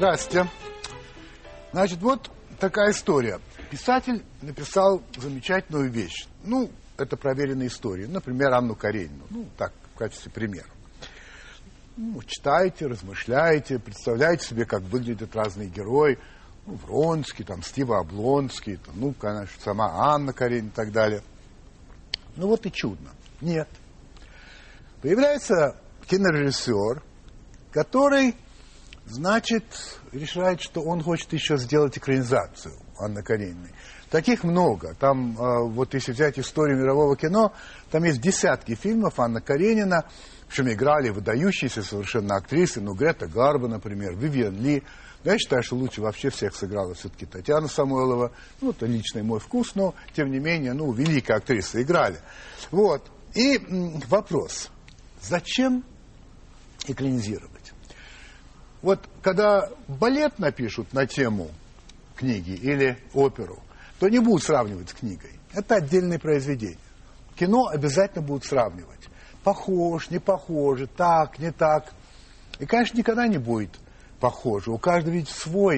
Здрасте. Значит, вот такая история. Писатель написал замечательную вещь. Ну, это проверенная история. Например, Анну Каренину. Ну, так, в качестве примера. Ну, читайте, размышляйте, представляете себе, как выглядят разные герои. Ну, Вронский, там, Стива Облонский, там, ну, конечно, сама Анна Каренина и так далее. Ну, вот и чудно. Нет. Появляется кинорежиссер, который, значит, решает, что он хочет еще сделать экранизацию Анны Карениной. Таких много. Там, вот если взять историю мирового кино, там есть десятки фильмов Анна Каренина, в общем, играли выдающиеся совершенно актрисы, ну, Грета Гарбо, например, Вивиан Ли. Но я считаю, что лучше вообще всех сыграла все-таки Татьяна Самойлова. Ну, это личный мой вкус, но, тем не менее, ну, великие актрисы играли. Вот. И вопрос. Зачем экранизировать? Вот, когда балет напишут на тему книги или оперу, то не будут сравнивать с книгой. Это отдельное произведение. Кино обязательно будут сравнивать. Похож, не похоже, так, не так. И, конечно, никогда не будет похоже. У каждого ведь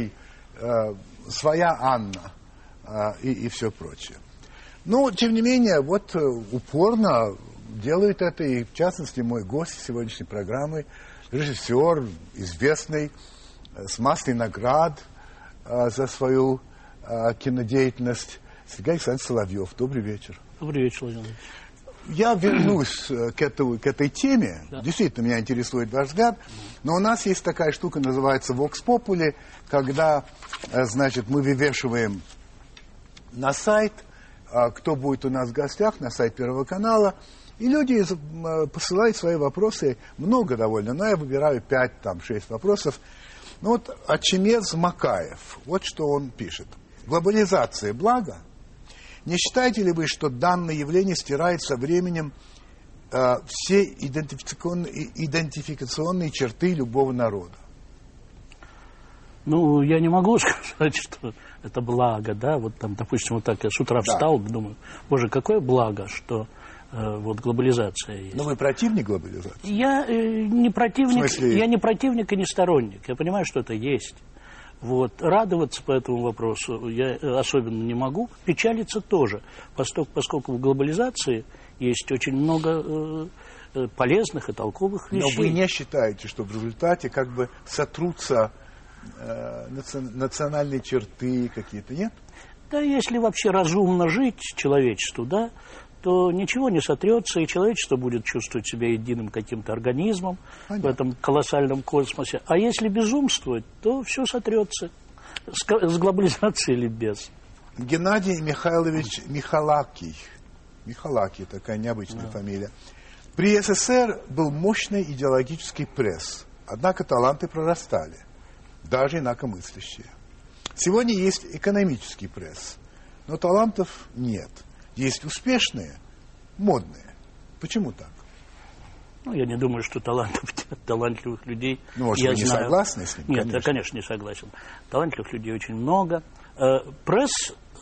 своя Анна и все прочее. Но, тем не менее, вот упорно делают это. И, в частности, мой гость сегодняшней программы, режиссер, известный, с массой наград за свою кинодеятельность, Сергей Александрович Соловьев. Добрый вечер. Добрый вечер, Владимир Владимирович. Я вернусь к этой теме. Да. Действительно, меня интересует ваш взгляд. Но у нас есть такая штука, называется Vox Populi, когда, значит, мы вывешиваем на сайт, кто будет у нас в гостях, на сайт Первого канала, и люди посылают свои вопросы, много довольно, но я выбираю 5-6 вопросов. Ну вот Ачемец Макаев, вот что он пишет. Глобализация – благо? Не считаете ли вы, что данное явление стирает со временем все идентификационные черты любого народа? Ну, я не могу сказать, что это благо, да, вот там, допустим, вот так я с утра встал, думаю, боже, какое благо, что вот глобализация есть. Но вы противник глобализации? Я не противник, в смысле... я не противник и не сторонник, я понимаю, что это есть. Вот. Радоваться по этому вопросу я особенно не могу, печалиться тоже, поскольку в глобализации есть очень много полезных и толковых вещей. Но вы не считаете, что в результате как бы сотрутся национальные черты какие-то, нет? Да, если вообще разумно жить человечеству, да, то ничего не сотрется, и человечество будет чувствовать себя единым каким-то организмом. Понятно. В этом колоссальном космосе. А если безумствовать, то все сотрется. С глобализацией или без. Геннадий Михайлович Михалакий. Михалакий, такая необычная фамилия. При СССР был мощный идеологический пресс. Однако таланты прорастали. Даже инакомыслящие. Сегодня есть экономический пресс. Но талантов нет. Есть успешные, модные. Почему так? Ну, я не думаю, что талантливых людей... Ну, может, вы не согласны с ним? Нет, я, конечно, не согласен. Талантливых людей очень много. Пресс,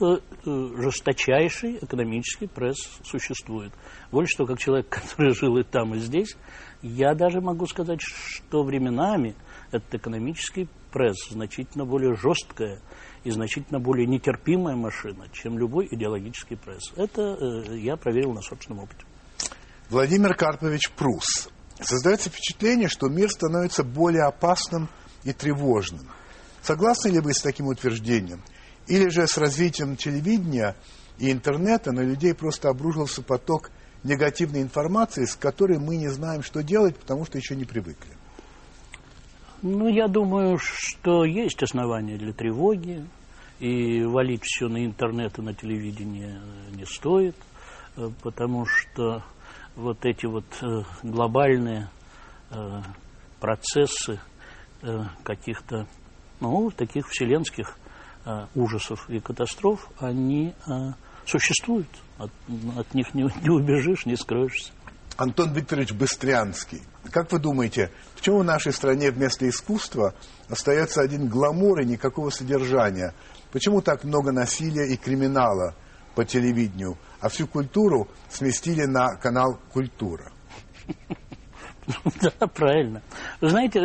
жесточайший экономический пресс существует. Более что, как человек, который жил и там, и здесь, я даже могу сказать, что временами этот экономический пресс значительно более жесткая и значительно более нетерпимая машина, чем любой идеологический пресс. Это я проверил на собственном опыте. Владимир Карпович Прус. Создается впечатление, что мир становится более опасным и тревожным. Согласны ли вы с таким утверждением? Или же с развитием телевидения и интернета на людей просто обрушился поток негативной информации, с которой мы не знаем, что делать, потому что еще не привыкли? Ну, я думаю, что есть основания для тревоги, и валить все на интернет и на телевидение не стоит, потому что вот эти вот глобальные процессы каких-то, ну, таких вселенских ужасов и катастроф, они существуют. От них не убежишь, не скроешься. Антон Викторович Быстрянский. Как вы думаете, почему в нашей стране вместо искусства остается один гламур и никакого содержания? Почему так много насилия и криминала по телевидению, а всю культуру сместили на канал «Культура»? Да, правильно. Вы знаете,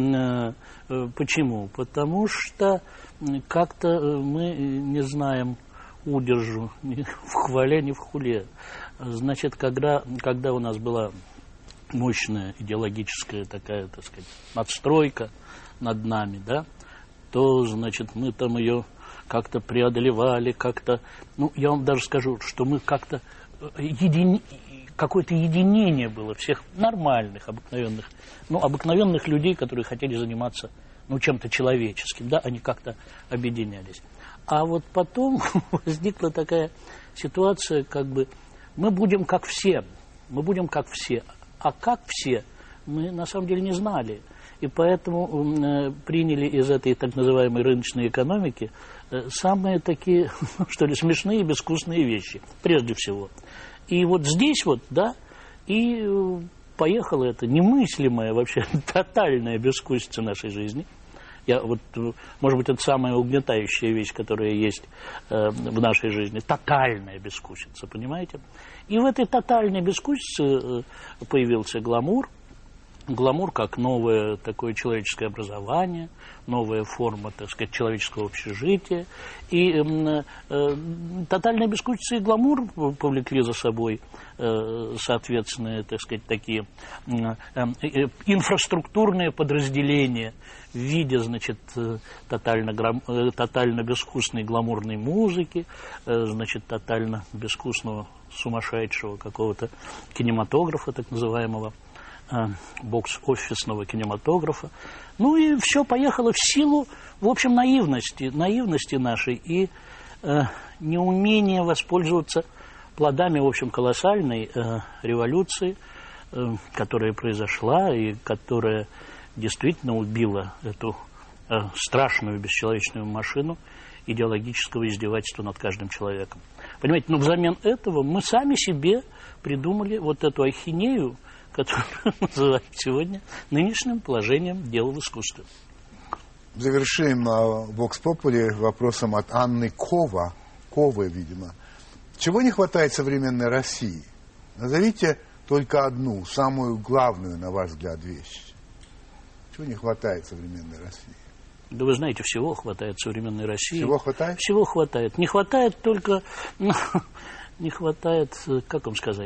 почему? Потому что как-то мы не знаем удержу ни в хвале, ни в хуле. Значит, когда у нас была мощная идеологическая такая, так сказать, надстройка над нами, да, то, значит, мы там ее как-то преодолевали, как-то, ну, я вам даже скажу, что мы как-то какое-то единение было всех нормальных, обыкновенных людей, которые хотели заниматься, чем-то человеческим, да, они как-то объединялись. А вот потом возникла такая ситуация, как бы, мы будем как все, а как все мы на самом деле не знали. И поэтому приняли из этой так называемой рыночной экономики самые такие, что ли, смешные и безвкусные вещи, прежде всего. И вот здесь вот, да, и поехала эта немыслимая вообще тотальная безвкусица нашей жизни. Может быть, это самая угнетающая вещь, которая есть в нашей жизни. Тотальная безвкусица, понимаете? И в этой тотальной безвкусице появился гламур. Гламур как новое такое человеческое образование, новая форма, так сказать, человеческого общежития. И тотальная безвкусица и гламур повлекли за собой соответственные, так сказать, такие инфраструктурные подразделения в виде, значит, тотально безвкусной гламурной музыки, значит, тотально безвкусного сумасшедшего какого-то кинематографа, так называемого, бокс-офисного кинематографа. Ну и все поехало в силу, в общем, наивности нашей и неумения воспользоваться плодами, в общем, колоссальной революции, которая произошла и которая действительно убила эту страшную бесчеловечную машину идеологического издевательства над каждым человеком. Понимаете, но взамен этого мы сами себе придумали вот эту ахинею, которую называют сегодня нынешним положением дела в искусстве. Завершим Vox Populi вопросом от Анны Ковы, видимо. Чего не хватает современной России? Назовите только одну, самую главную, на ваш взгляд, вещь. Чего не хватает современной России? Да вы знаете, всего хватает современной России. Всего хватает? Всего хватает. Не хватает только... Не хватает, как вам сказать,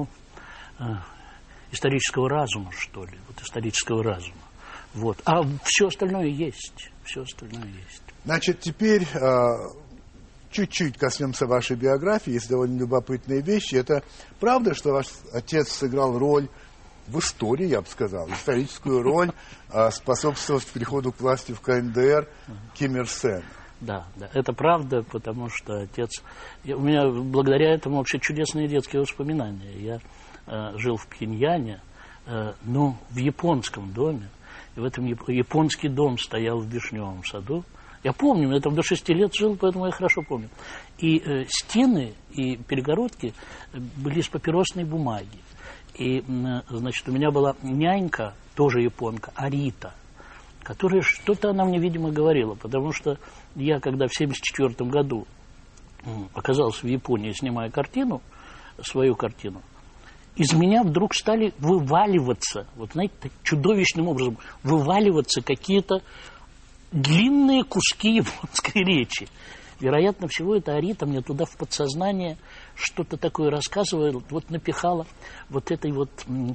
исторического разума, что ли. Вот исторического разума. Вот. А все остальное есть. Все остальное есть. Значит, теперь чуть-чуть коснемся вашей биографии. Есть довольно любопытные вещи. Это правда, что ваш отец сыграл роль в истории, я бы сказал, историческую роль, способствовав приходу к власти в КНДР Ким Ир Сена? Да, это правда, потому что отец... У меня благодаря этому вообще чудесные детские воспоминания. Я жил в Пхеньяне, в японском доме. И в этом японский дом стоял в Вишневом саду. Я помню, я там до 6 лет жил, поэтому я хорошо помню. И стены и перегородки были из папиросной бумаги. И, значит, у меня была нянька, тоже японка, Арита, которая что-то она мне, видимо, говорила, потому что я, когда в 1974 году оказался в Японии, снимая картину, свою картину, из меня вдруг стали вываливаться, вот знаете, чудовищным образом, вываливаться какие-то длинные куски японской речи. Вероятно всего, это Арита мне туда в подсознание что-то такое рассказывала, вот напихала вот этой вот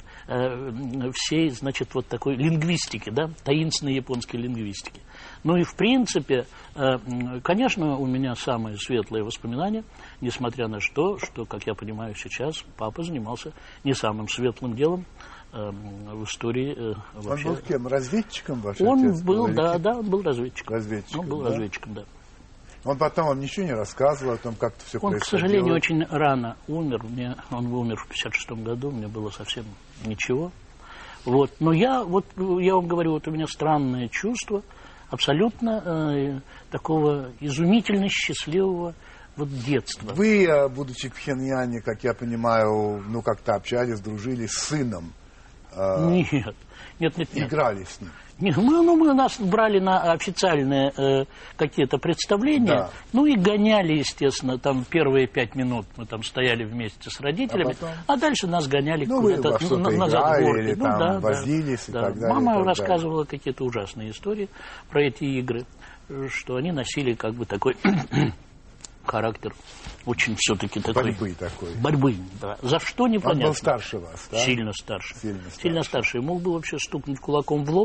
всей, значит, вот такой лингвистики, да, таинственной японской лингвистики. Ну и в принципе, конечно, у меня самые светлые воспоминания, несмотря на что, как я понимаю сейчас, папа занимался не самым светлым делом в истории вообще. Он был кем? Разведчиком ваш отец? Он был, да, он был разведчиком. Он был разведчиком, да. Он потом вам ничего не рассказывал о том, как это все происходило? Он, к сожалению, очень рано умер. Он умер в 1956 году, мне было совсем ничего. Вот. Но я вам говорю, вот у меня странное чувство абсолютно такого изумительно счастливого детства. Вы, будучи в Пхеньяне, как я понимаю, как-то общались, дружили с сыном? Нет. Играли с ним? Мы нас брали на официальные какие-то представления, Да. ну и гоняли, естественно, там первые 5 минут мы там стояли вместе с родителями, а дальше нас гоняли вы куда-то во что-то на играли задворки. или там возились и так далее. Мама и так рассказывала какие-то ужасные истории про эти игры, что они носили как бы такой характер очень все-таки такой... Борьбы такой. Борьбы, да. За что непонятно. Он был старше вас, да? Сильно старше. Сильно старше. Мог бы вообще стукнуть кулаком в лоб,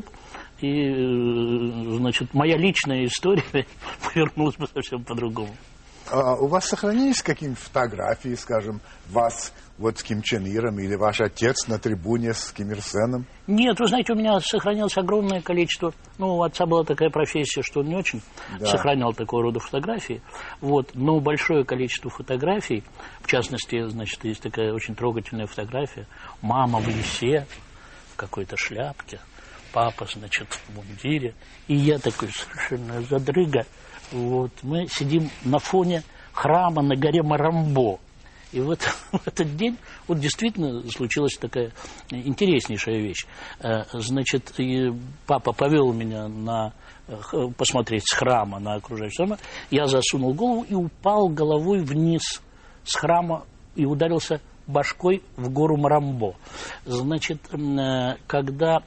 и, значит, моя личная история повернулась бы совсем по-другому. А у вас сохранились какие-нибудь фотографии, скажем, вас вот с Ким Чен Иром или ваш отец на трибуне с Ким Ир Сеном? Нет, вы знаете, у меня сохранилось огромное количество. Ну, у отца была такая профессия, что он не очень сохранял такого рода фотографии. Вот, но большое количество фотографий, в частности, значит, есть такая очень трогательная фотография. Мама в лисе, в какой-то шляпке, папа, значит, в мундире. И я такой совершенно задрыга. Вот, мы сидим на фоне храма на горе Марамбо. И вот в этот день вот действительно случилась такая интереснейшая вещь. Значит, папа повел меня посмотреть с храма на окружающее храма. Я засунул голову и упал головой вниз с храма и ударился башкой в гору Марамбо. Значит, когда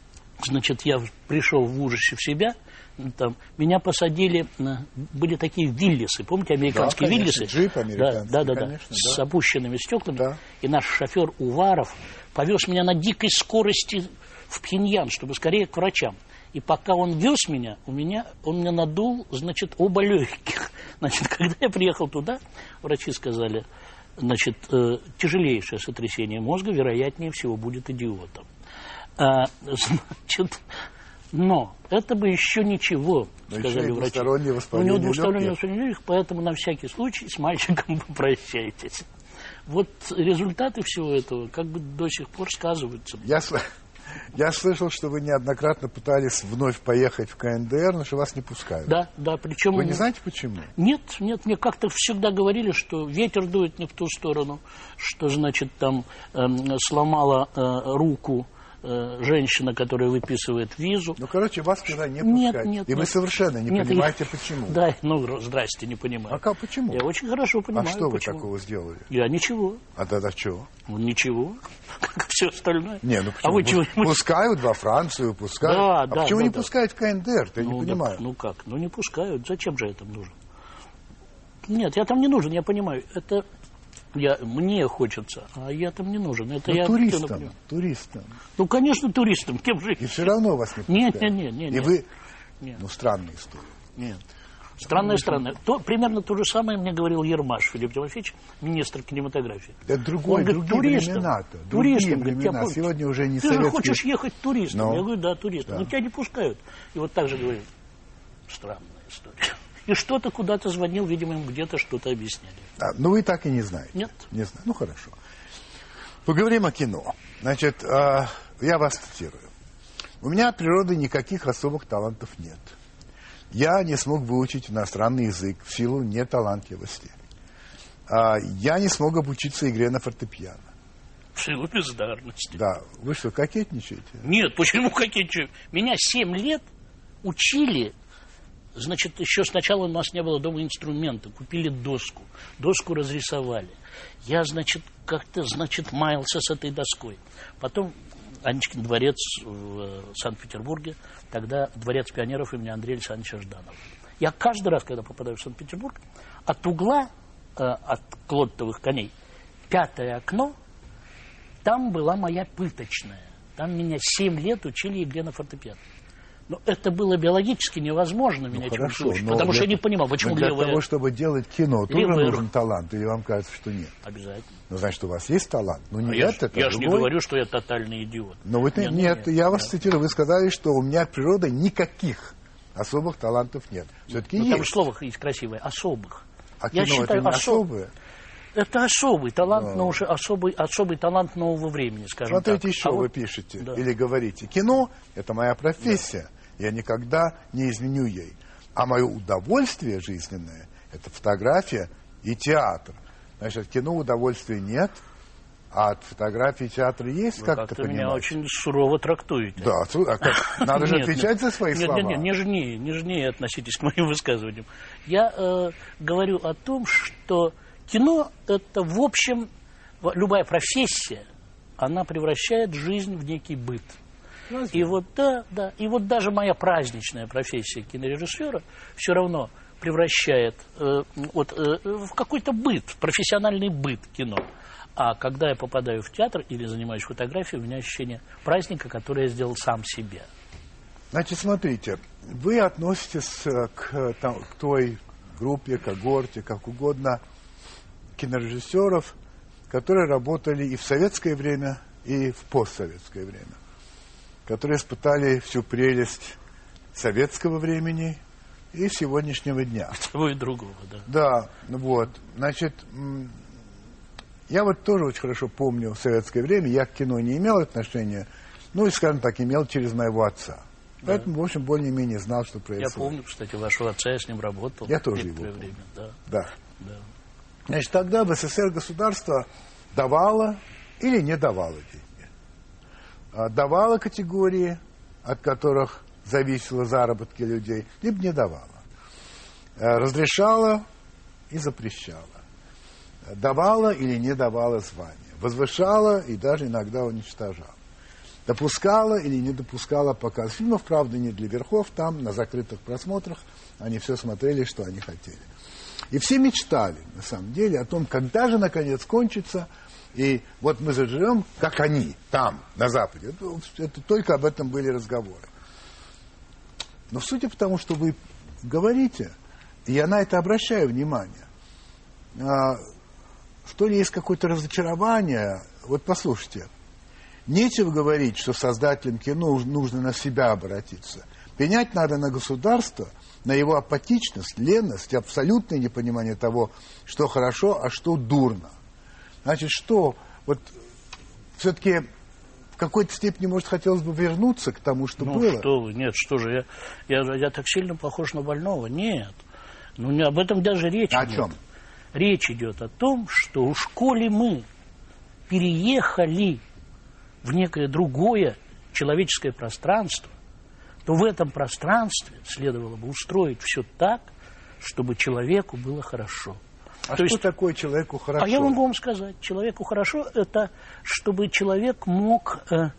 я пришел в ужасе в себя, там, меня посадили, были такие виллисы, помните, американские виллисы? Джип американский, конечно, с опущенными стеклами. Да. И наш шофер Уваров повез меня на дикой скорости в Пхеньян, чтобы скорее к врачам. И пока он вез меня, он мне надул, значит, оба легких. Значит, когда я приехал туда, врачи сказали, значит, тяжелейшее сотрясение мозга, вероятнее всего, будет идиотом. Значит... Но это бы еще ничего, сказали врачи. У него двустороннее воспаление легких, поэтому на всякий случай с мальчиком попрощайтесь. Вот результаты всего этого как бы до сих пор сказываются. Я слышал, что вы неоднократно пытались вновь поехать в КНДР, но что вас не пускают. Да, причем... Вы не знаете, почему? Нет, мне как-то всегда говорили, что ветер дует не в ту сторону, что, значит, там сломала руку женщина, которая выписывает визу. Ну, короче, вас туда не пускают. Нет. И вы совершенно не понимаете, почему. Да, здрасте, не понимаю. А как, почему? Я очень хорошо понимаю, почему. Вы такого сделали? Я ничего. А тогда чего? Ничего, как все остальное. Не, ну почему? А вы чего? Пускают во Францию, пускают. Да, почему не пускают в КНДР? Я не понимаю. Ну как? Ну не пускают. Зачем же я там нужен? Нет, я там не нужен, я понимаю. Это... Мне хочется, а я там не нужен. Это я туристам. Ну, конечно, туристам. Кем же? И все равно вас не пускают. Нет. И вы... Нет. Ну, странная история. Нет. Странная. Примерно то же самое мне говорил Ермаш Филипп Тимофеевич, министр кинематографии. Это другие времена-то. Другие времена. Сегодня уже не советские. Ты же хочешь ехать туристом. Я говорю, да, туристом. Но тебя не пускают. И вот так же говорил. Странная история. И что-то куда-то звонил, видимо, им где-то что-то объясняли. Ну, вы так и не знаете. Нет. Не знаю. Ну, хорошо. Поговорим о кино. Значит, я вас цитирую. У меня от природы никаких особых талантов нет. Я не смог выучить иностранный язык в силу неталантливости. Я не смог обучиться игре на фортепиано. В силу бездарности. Да. Вы что, кокетничаете? Нет, почему кокетничаю? Меня 7 лет учили. Значит, еще сначала у нас не было дома инструмента. Купили доску. Доску разрисовали. Я, значит, как-то, маялся с этой доской. Потом Анечкин дворец в Санкт-Петербурге. Тогда дворец пионеров имени Андрея Александровича Жданова. Я каждый раз, когда попадаю в Санкт-Петербург, от угла, от клоттовых коней, 5-е окно, там была моя пыточная. Там меня 7 лет учили игре на фортепиано. Но это было биологически невозможно меня чему-то учить, потому что я не понимал, почему для того, чтобы делать кино, тоже нужен талант, или вам кажется, что нет? Обязательно. Ну, значит, у вас есть талант. Ну, не я это, я же не говорю, что я тотальный идиот. Но вы нет, я вас цитирую, вы сказали, что у меня от природы никаких особых талантов нет. Все-таки есть. Там же слово есть красивое, особых. А кино это не особое? Это особый талант, но уже особый талант нового времени, скажем так. Смотрите, еще вы пишете или говорите. Кино – это моя профессия. Я никогда не изменю ей. А мое удовольствие жизненное – это фотография и театр. Значит, кино удовольствия нет, А от фотографии театра есть, Вы как как-то это понимаете? меня очень сурово трактуете. Да, надо же отвечать за свои слова. Нет, нежнее относитесь к моим высказываниям. Я говорю о том, что кино – это, в общем, любая профессия, она превращает жизнь в некий быт. И вот, и вот даже моя праздничная профессия кинорежиссера все равно превращает в какой-то быт, профессиональный быт кино. А когда я попадаю в театр или занимаюсь фотографией, у меня ощущение праздника, который я сделал сам себе. Значит, смотрите, вы относитесь к той группе, когорте, как угодно, кинорежиссеров, которые работали и в советское время, и в постсоветское время, которые испытали всю прелесть советского времени и сегодняшнего дня. Того и другого, да. Да, вот. Значит, я вот тоже очень хорошо помню советское время. Я к кино не имел отношения, ну и, скажем так, имел через моего отца. Да. Поэтому, в общем, более-менее знал, что происходит. Я помню, кстати, вашего отца, я с ним работал. Я тоже его помню. Время. Да. Значит, тогда в СССР государство давало или не давало деньги. Давало категории, от которых зависело заработки людей, либо не давало. Разрешало и запрещало. Давала или не давала звания. Возвышала и даже иногда уничтожала. Допускала или не допускала показ фильмов, правда, не для верхов, там, на закрытых просмотрах, они все смотрели, что они хотели. И все мечтали, на самом деле, о том, когда же, наконец, кончится, и вот мы заживем, как они, там, на Западе. Это только об этом были разговоры. Но судя по тому, что вы говорите, и я на это обращаю внимание, что ли есть какое-то разочарование. Вот послушайте, нечего говорить, что создателям кино нужно на себя обратиться. Пенять надо на государство, на его апатичность, ленность, абсолютное непонимание того, что хорошо, а что дурно. Значит, что вот все-таки в какой-то степени, может, хотелось бы вернуться к тому, что было. Ну, что вы, нет, что же, я так сильно похож на больного? Нет. Ну, об этом даже речь идет. О чем? Речь идет о том, что уж коли мы переехали в некое другое человеческое пространство, то в этом пространстве следовало бы устроить все так, чтобы человеку было хорошо. А что такое человеку хорошо? А я могу вам сказать, человеку хорошо – это чтобы человек мог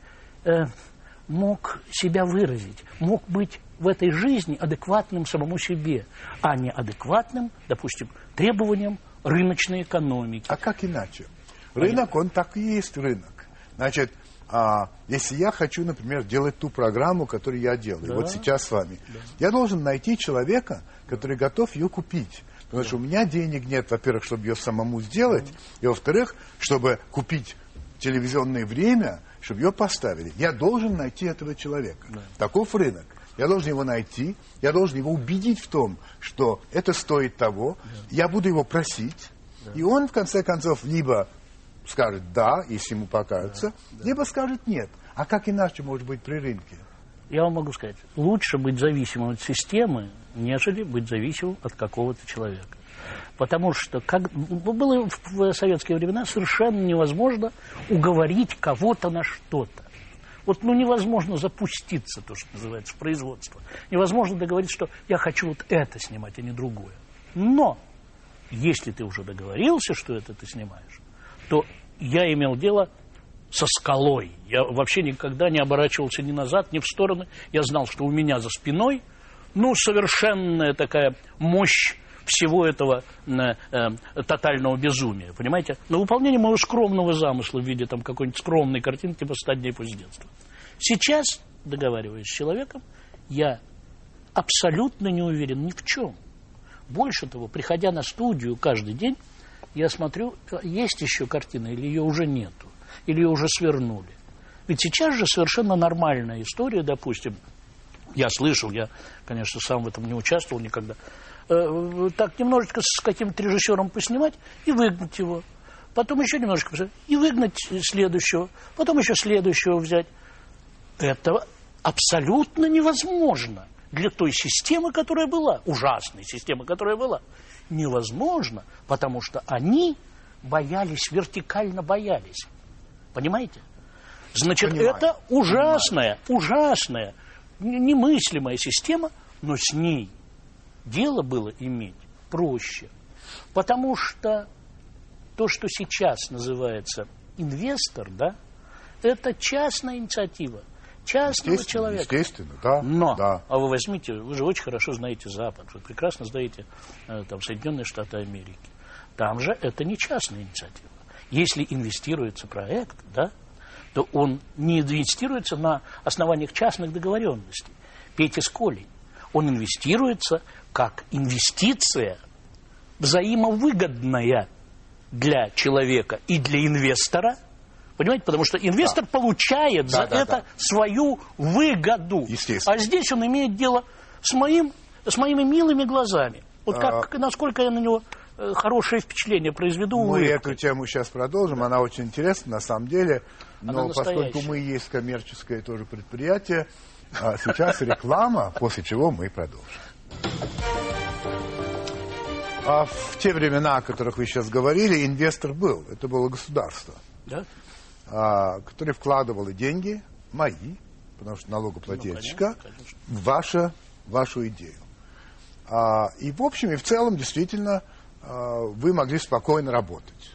себя выразить, мог быть в этой жизни адекватным самому себе, а не адекватным, допустим, требованиям рыночной экономики. А как иначе? Рынок, он так и есть рынок. Значит, если я хочу, например, делать ту программу, которую я делаю, вот сейчас с вами, я должен найти человека, который готов ее купить. Потому что у меня денег нет, во-первых, чтобы ее самому сделать, и, во-вторых, чтобы купить телевизионное время, чтобы ее поставили. Я должен найти этого человека. Таков рынок. Я должен его найти, я должен его убедить в том, что это стоит того, я буду его просить, и он, в конце концов, либо скажет «да», если ему покажется, либо скажет «нет». А как иначе может быть при рынке? Я вам могу сказать, лучше быть зависимым от системы, нежели быть зависимым от какого-то человека. Потому что было в советские времена совершенно невозможно уговорить кого-то на что-то. Вот невозможно запуститься, то, что называется, в производство. Невозможно договориться, что я хочу вот это снимать, а не другое. Но если ты уже договорился, что это ты снимаешь, то я имел дело со скалой. Я вообще никогда не оборачивался ни назад, ни в стороны. Я знал, что у меня за спиной, совершенная такая мощь всего этого тотального безумия, понимаете? На выполнение моего скромного замысла в виде какой-нибудь скромной картины, типа «100 дней после детства». Сейчас, договариваясь с человеком, я абсолютно не уверен ни в чем. Больше того, приходя на студию каждый день, я смотрю, есть еще картина или ее уже нету, или ее уже свернули. Ведь сейчас же совершенно нормальная история, допустим, я слышал, я, конечно, сам в этом не участвовал никогда, так немножечко с каким-то режиссером поснимать и выгнать его. Потом еще немножечко поснимать и выгнать следующего. Потом еще следующего взять. Это абсолютно невозможно для той системы, которая была, ужасной системы, которая была. Невозможно, потому что они вертикально боялись. Понимаете? Значит, Понимаю. это ужасная, немыслимая система, но с ней дело было иметь проще. Потому что то, что сейчас называется инвестор, да, это частная инициатива частного человека. Естественно, да. Но, да. а вы возьмите, вы же очень хорошо знаете Запад, вы прекрасно знаете там, Соединенные Штаты Америки. Там же это не частная инициатива. Если инвестируется проект, да, то он не инвестируется на основаниях частных договоренностей. Пейте с Колей. Он инвестируется как инвестиция взаимовыгодная для человека и для инвестора. Понимаете? Потому что инвестор получает за это свою выгоду. А здесь он имеет дело с моими милыми глазами. Вот насколько я на него хорошее впечатление произведу. Мы эту тему сейчас продолжим. Она очень интересна на самом деле. Но поскольку мы есть коммерческое тоже предприятие, сейчас реклама, после чего мы продолжим. А в те времена, о которых вы сейчас говорили, инвестор был. Это было государство. Да? Которое вкладывало деньги, мои, потому что налогоплательщика, в вашу идею. И в общем и в целом, действительно, вы могли спокойно работать.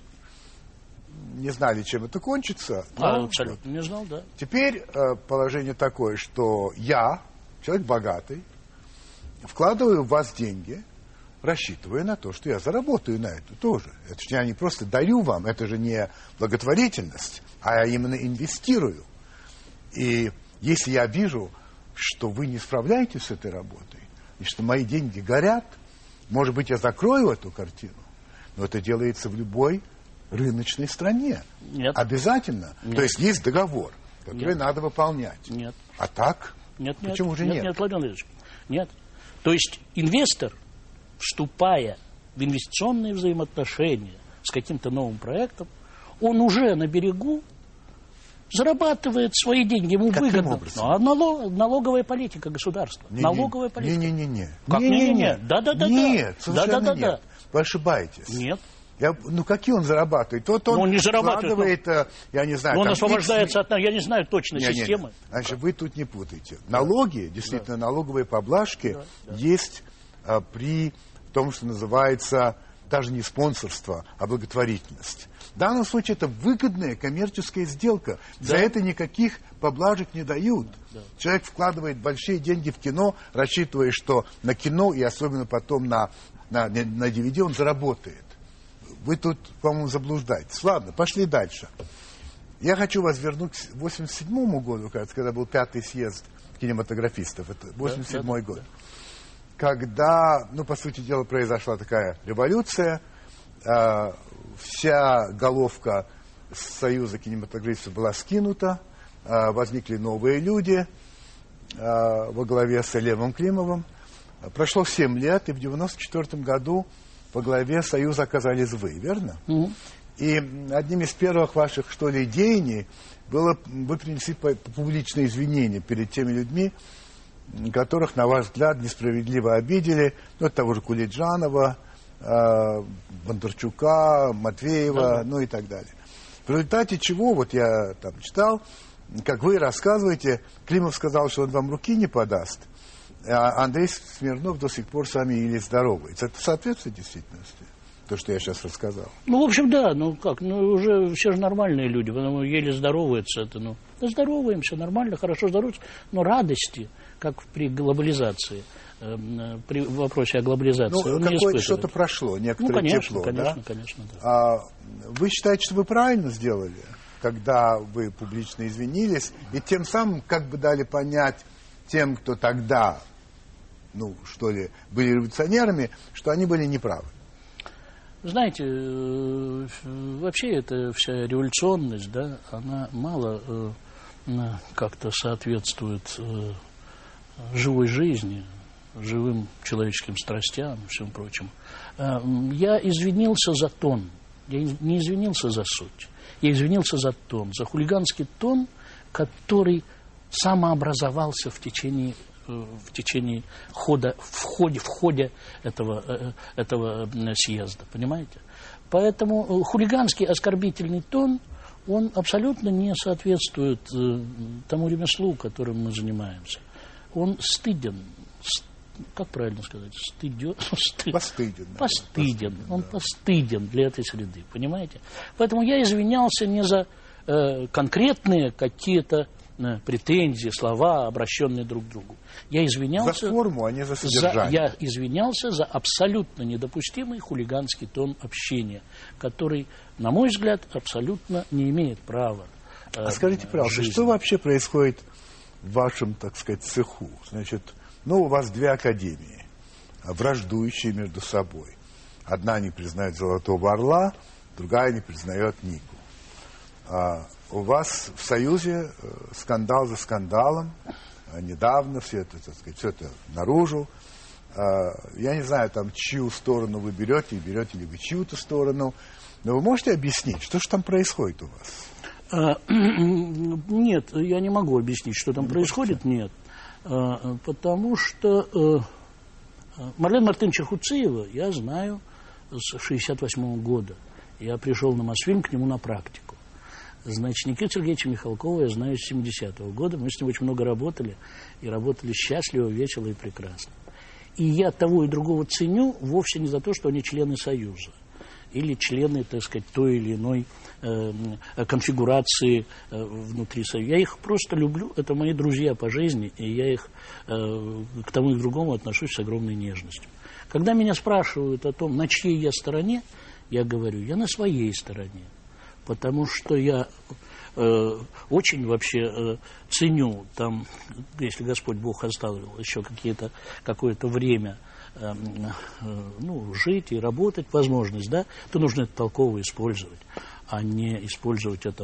Не знали, чем это кончится. Абсолютно не знал, да. Теперь положение такое, что я, человек богатый, вкладываю в вас деньги, рассчитывая на то, что я заработаю на это тоже. Это же я не просто дарю вам, это же не благотворительность, а я именно инвестирую. И если я вижу, что вы не справляетесь с этой работой, и что мои деньги горят, может быть, я закрою эту картину, но это делается в любой рыночной стране. Нет. Обязательно. Нет. То есть есть договор, который надо выполнять. Нет. А так? Нет, почему же нет? Нет, Владимир Владимирович, нет. То есть инвестор, вступая в инвестиционные взаимоотношения с каким-то новым проектом, он уже на берегу зарабатывает свои деньги, ему выгодно. А налоговая политика государства. Налоговая политика. Не-не-не. Не-не-не. Да-да-да. Нет, совершенно нет. Вы ошибаетесь. Нет. Какие он зарабатывает? Вот он не вкладывает, я не знаю... Но он освобождается от... Я не знаю точно системы. Значит, вы тут не путаете. Налоги, действительно, налоговые поблажки есть при том, что называется даже не спонсорство, а благотворительность. В данном случае это выгодная коммерческая сделка. За это никаких поблажек не дают. Человек вкладывает большие деньги в кино, рассчитывая, что на кино и особенно потом на DVD он заработает. Вы тут, по-моему, заблуждаетесь. Ладно, пошли дальше. Я хочу вас вернуть к 1987 году, кажется, когда был 5-й съезд кинематографистов. Это 1987 год. Когда, по сути дела, произошла такая революция, вся головка Союза кинематографистов была скинута, возникли новые люди во главе с Левом Климовым. Прошло 7 лет, и в 1994 году во главе Союза оказались вы, верно? И одним из первых ваших, что ли, деяний было, вы принесли публичные извинения перед теми людьми, которых, на ваш взгляд, несправедливо обидели, того же Кулиджанова, Бондарчука, Матвеева, и так далее. В результате чего, вот я там читал, как вы рассказываете, Климов сказал, что он вам руки не подаст, а Андрей Смирнов до сих пор с вами еле здоровается. Это соответствует действительности, то, что я сейчас рассказал? В общем, да, уже все же нормальные люди, потому еле здороваются, здороваемся, нормально, хорошо здороваются, но радости, как при глобализации, при вопросе о глобализации, что-то прошло, некоторое тепло, конечно, да. Вы считаете, что вы правильно сделали, когда вы публично извинились, и тем самым как бы дали понять тем, кто тогда, были революционерами, что они были неправы? Знаете, вообще эта вся революционность, она мало как-то соответствует живой жизни, живым человеческим страстям и всем прочему. Я извинился за тон, я не извинился за суть, я извинился за тон, за хулиганский тон, который самообразовался в ходе этого съезда, понимаете? Поэтому хулиганский оскорбительный тон, он абсолютно не соответствует тому ремеслу, которым мы занимаемся. Он стыден. Как правильно сказать? Постыден. Постыден. Он постыден для этой среды, понимаете? Поэтому я извинялся не за конкретные какие-то претензии, слова, обращенные друг к другу. Я извинялся... За форму, а не за содержание. Я извинялся за абсолютно недопустимый хулиганский тон общения, который, на мой взгляд, абсолютно не имеет права. А скажите, пожалуйста, что вообще происходит в вашем, так сказать, цеху? Значит, у вас две академии, враждующие между собой. Одна не признает Золотого Орла, другая не признает Нику. У вас в Союзе скандал за скандалом. Недавно все это, так сказать, все это наружу. Я не знаю, там, чью сторону вы берете ли вы чью-то сторону. Но вы можете объяснить, что же там происходит у вас? Нет, я не могу объяснить, что там происходит, нет. Потому что Марлена Мартыновича Хуциева я знаю с 1968 года. Я пришел на Мосфильм к нему на практику. Значит, Никиту Сергеевича Михалкова я знаю с 70-го года. Мы с ним очень много работали. И работали счастливо, весело и прекрасно. И я того и другого ценю вовсе не за то, что они члены Союза. Или члены, так сказать, той или иной конфигурации внутри Союза. Я их просто люблю. Это мои друзья по жизни. И я их к тому и к другому отношусь с огромной нежностью. Когда меня спрашивают о том, на чьей я стороне, я говорю, я на своей стороне. Потому что я очень вообще ценю, там, если Господь Бог оставил еще какое-то время жить и работать, возможность, да, то нужно это толково использовать, а не использовать это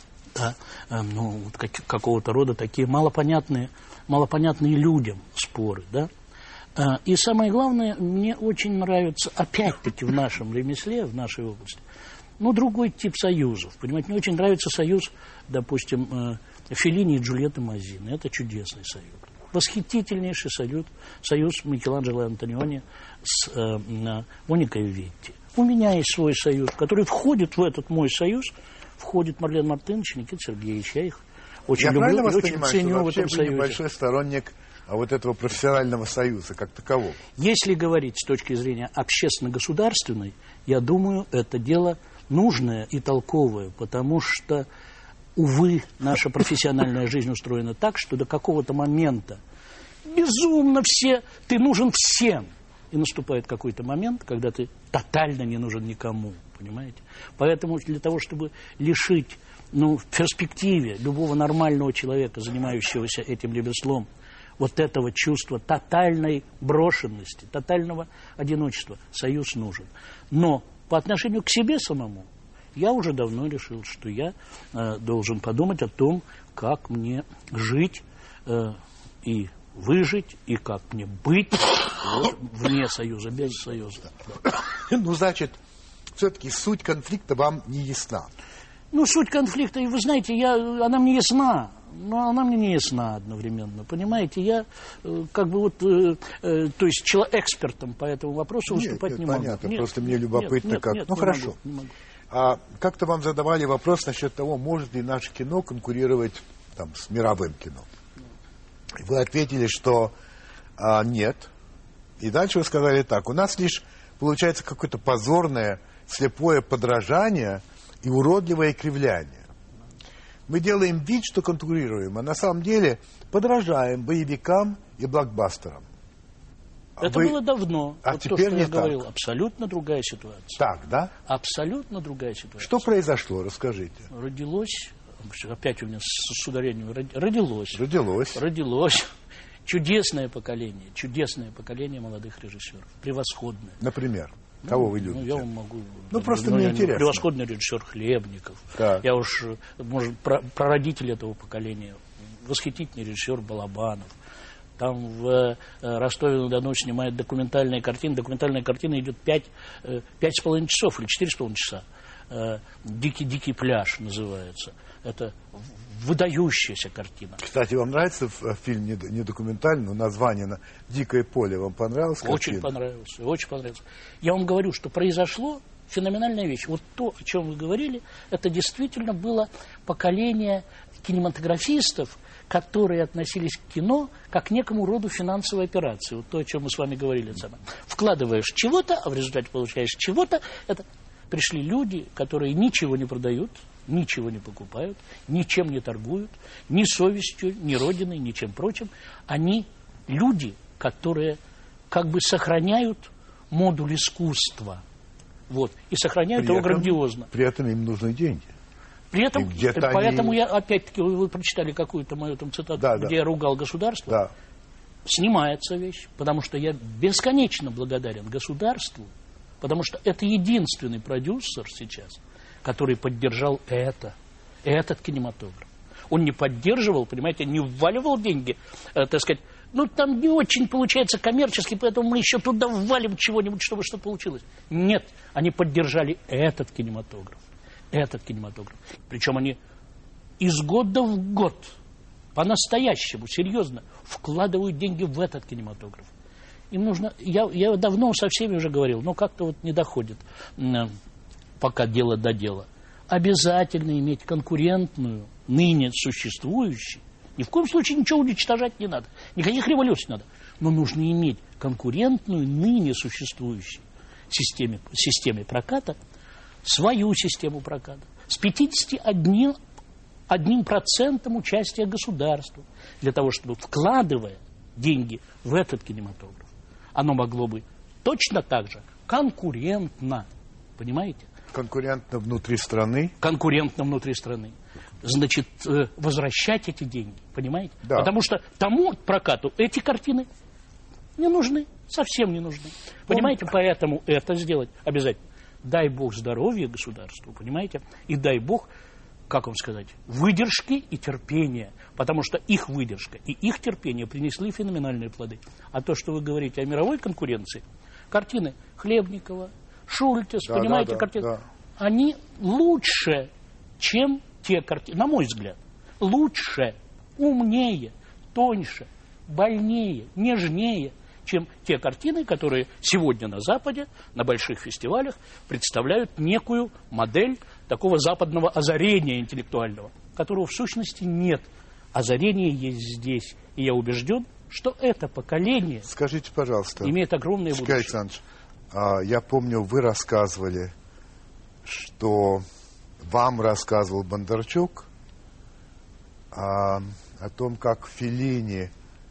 какого-то рода такие малопонятные людям споры, да. И самое главное, мне очень нравится, опять-таки, в нашем ремесле, в нашей области, другой тип союзов. Понимаете, мне очень нравится союз, допустим, Феллини и Джульетты Мазины. Это чудесный союз. Восхитительнейший союз Микеланджело Антониони с Моникой Витти. У меня есть свой союз, который входит в этот мой союз, входит Марлен Мартынович и Никита Сергеевич. Я их очень люблю и очень ценю в этом союзе. Я большой сторонник этого профессионального союза как такового. Если говорить с точки зрения общественно-государственной, я думаю, это дело нужное и толковое, потому что, увы, наша профессиональная жизнь устроена так, что до какого-то момента безумно ты нужен всем. И наступает какой-то момент, когда ты тотально не нужен никому, понимаете? Поэтому для того, чтобы лишить, в перспективе любого нормального человека, занимающегося этим ремеслом, вот этого чувства тотальной брошенности, тотального одиночества, союз нужен. Но по отношению к себе самому я уже давно решил, что я должен подумать о том, как мне жить и выжить, и как мне быть вне союза, без союза. Значит, все-таки суть конфликта вам не ясна. Суть конфликта, и вы знаете, она мне ясна, но она мне не ясна одновременно. Понимаете, я то есть экспертом по этому вопросу выступать не могу. Понятно, просто мне любопытно как. Хорошо. Не могу. А как-то вам задавали вопрос насчет того, может ли наше кино конкурировать с мировым кино. И вы ответили, что нет. И дальше вы сказали так: у нас лишь получается какое-то позорное, слепое подражание и уродливое кривляние. Мы делаем вид, что конкурируем, а на самом деле подражаем боевикам и блокбастерам. Это было давно. Теперь то, что не я так. говорил, абсолютно другая ситуация. Так, да? Абсолютно другая ситуация. Что произошло? Расскажите. Родилось, опять у меня с ударением, родилось чудесное поколение молодых режиссеров, превосходное. Например? Кого вы любите? Я вам могу... просто мне интересно. Превосходный режиссер Хлебников. Так. Я уж, может, прародитель этого поколения. Восхитительный режиссер Балабанов. Там в Ростове-на-Дону снимают документальные картины. Документальная картина идет 5,5 часов или 4,5 часа. «Дикий пляж» называется. Это выдающаяся картина. Кстати, вам нравится фильм не документальный, но название «Дикое поле»? Вам понравилось? Очень понравился. Я вам говорю, что произошло феноменальная вещь. Вот то, о чем вы говорили, это действительно было поколение кинематографистов, которые относились к кино как к некому роду финансовой операции. Вот то, о чем мы с вами говорили. Вкладываешь чего-то, а в результате получаешь чего-то. Это пришли люди, которые ничего не продают, ничего не покупают, ничем не торгуют, ни совестью, ни родиной, ничем прочим. Они люди, которые как бы сохраняют модуль искусства. Вот. И сохраняют его грандиозно. При этом им нужны деньги. При этом, поэтому я, опять-таки, вы прочитали какую-то мою там цитату, где я ругал государство. Да. Снимается вещь, потому что я бесконечно благодарен государству, потому что это единственный продюсер сейчас, который поддержал этот кинематограф. Он не поддерживал, понимаете, не вваливал деньги, так сказать, ну, там не очень получается коммерчески, поэтому мы еще туда ввалим чего-нибудь, чтобы что-то получилось. Нет, они поддержали этот кинематограф. Причем они из года в год по-настоящему, серьезно, вкладывают деньги в этот кинематограф. Им нужно... Я давно со всеми уже говорил, но как-то вот не доходит, пока дело до дела. Обязательно иметь конкурентную, ныне существующую. Ни в коем случае ничего уничтожать не надо. Никаких революций не надо. Но нужно иметь конкурентную, ныне существующую системе проката, свою систему проката с 51% участия государства, для того, чтобы, вкладывая деньги в этот кинематограф, оно могло бы точно так же конкурентно, понимаете? Конкурентно внутри страны? Конкурентно внутри страны. Значит, возвращать эти деньги, понимаете? Да. Потому что тому прокату эти картины не нужны, совсем не нужны. Понимаете, поэтому это сделать обязательно. Дай Бог здоровья государству, понимаете? И дай Бог, как вам сказать, выдержки и терпения. Потому что их выдержка и их терпение принесли феноменальные плоды. А то, что вы говорите о мировой конкуренции, картины Хлебникова, Шультес, понимаете, картины, они лучше, чем те картины, на мой взгляд, лучше, умнее, тоньше, больнее, нежнее, чем те картины, которые сегодня на Западе, на больших фестивалях, представляют некую модель такого западного озарения интеллектуального, которого в сущности нет. Озарение есть здесь. И я убежден, что это поколение, скажите, пожалуйста, имеет огромное будущее. Александр, я помню, вы рассказывали, что вам рассказывал Бондарчук о том, как Феллини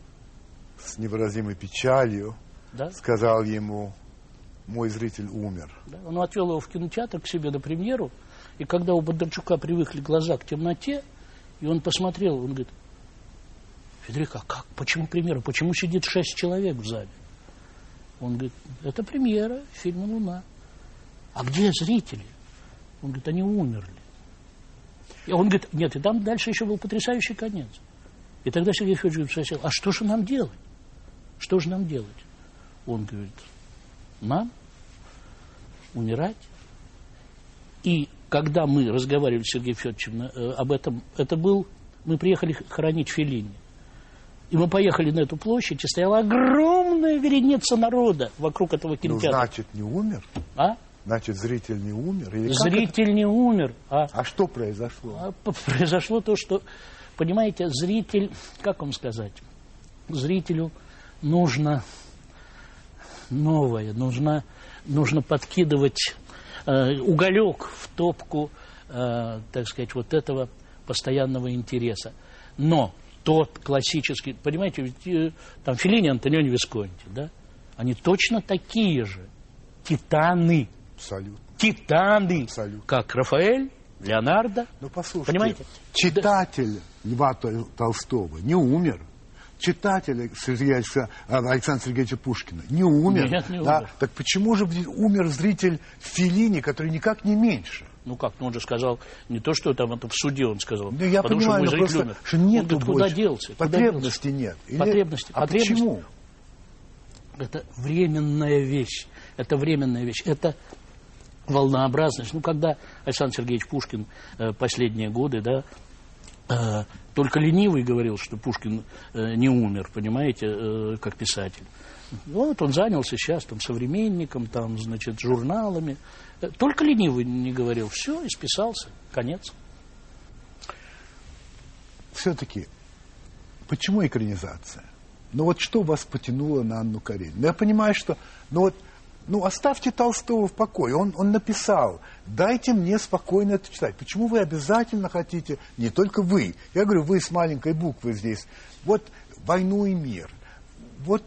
с невыразимой печалью сказал ему: мой зритель умер. Да, он отвел его в кинотеатр к себе на премьеру, и когда у Бондарчука привыкли глаза к темноте, и он посмотрел, он говорит: Федерико, а как, почему премьера, почему сидит 6 человек в зале? Он говорит: это премьера фильма «Луна». А где зрители? Он говорит: они умерли. И он говорит: нет, и там дальше еще был потрясающий конец. И тогда Сергей Федорович спросил: а что же нам делать? Что же нам делать? Он говорит: нам умирать. И когда мы разговаривали с Сергеем Федоровичем об этом, мы приехали хоронить Феллини. И мы поехали на эту площадь, и стояла огромная вереница народа вокруг этого кинотеатра. Ну, значит, не умер? А? Значит, зритель не умер? Или зритель не умер. А что произошло? Произошло то, что, понимаете, зритель, как вам сказать, зрителю нужно новое, нужно подкидывать уголек в топку, так сказать, вот этого постоянного интереса. Но тот классический, понимаете, ведь там Феллини, Антониони, Висконти, да, они точно такие же титаны. Абсолютно. Титаны, абсолютно, как Рафаэль, Леонардо. Ну, послушайте, понимаете? Читатель Льва Толстого не умер. Читатель Александра Сергеевича Пушкина не умер. Нет, не да? умер. Так почему же умер зритель Феллини, который никак не меньше? Ну как, он же сказал, не то, что там это в суде он сказал, ну, я потому понимаю, что мой зритель умер. Что нет, он говорит, куда делся? Потребности нет. Потребности. А почему? Это временная вещь. Это временная вещь. Это волнообразность. Ну, когда Александр Сергеевич Пушкин последние годы, да, только ленивый говорил, что Пушкин не умер, понимаете, как писатель. Вот он занялся сейчас там современником, там, значит, журналами. Только ленивый не говорил. Все, исписался. Конец. Все-таки, почему экранизация? Ну вот что вас потянуло на Анну Каренину? Я понимаю, что... оставьте Толстого в покое. Он написал, дайте мне спокойно это читать. Почему вы обязательно хотите, не только вы, я говорю, вы с маленькой буквы здесь, вот «Войну и мир». Вот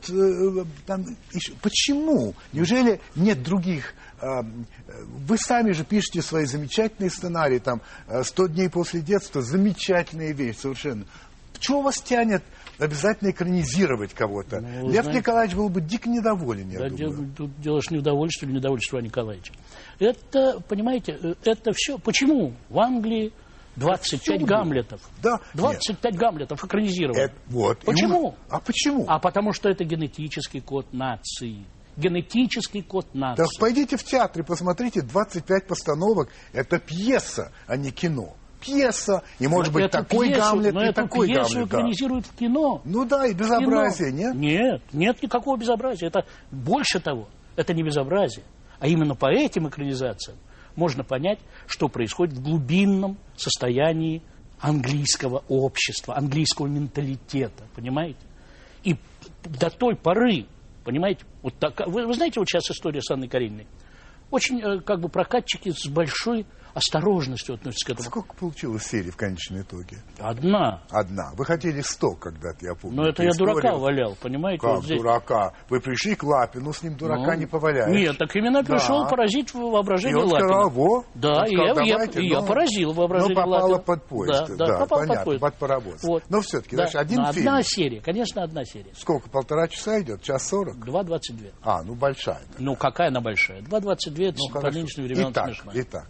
почему? Неужели нет других... Вы сами же пишете свои замечательные сценарии, там, «100 дней после детства», замечательная вещь совершенно. Почему вас тянет обязательно экранизировать кого-то? Лев Николаевич был бы дико недоволен, я думаю. Тут дело ж не в удовольствии или недовольстве Льва Николаевича. Это, понимаете, это все... Почему в Англии 25 Гамлетов? Да. 25 Гамлетов экранизировали. Почему? А почему? А потому что это генетический код нации. Генетический код нации. Так пойдите в театр и посмотрите 25 постановок. Это пьеса, а не кино. Пьеса, и может быть такой Гамлет, и такой Гамлет. Пьесу экранизируют в кино. Ну да, и безобразие, нет? Нет никакого безобразия. Это больше того, это не безобразие. А именно по этим экранизациям можно понять, что происходит в глубинном состоянии английского общества, английского менталитета, понимаете? И до той поры, понимаете, вот так, вы знаете, вот сейчас история с Анной Карениной. Очень, прокатчики с большой осторожностью относятся к этому. Сколько получилось серий в конечном итоге? Одна. Вы хотели 100 когда-то, я помню. Но это я дурака валял, понимаете? Как вот здесь. Дурака? Вы пришли к Лапину, с ним дурака не поваляешь. Нет, так именно пришел поразить воображение Лапина. И он сказал, Да, я поразил воображение Лапина. Попало под поезд. Да, попало понятно, под поезд. под паровоз. Вот. Но все-таки, значит, один фильм. Одна серия, конечно, одна серия. Сколько, 1,5 часа идет? 1:40? 2:22. Большая. Да. Какая она большая? 2:22, это по нынешним временам смешно. Итак.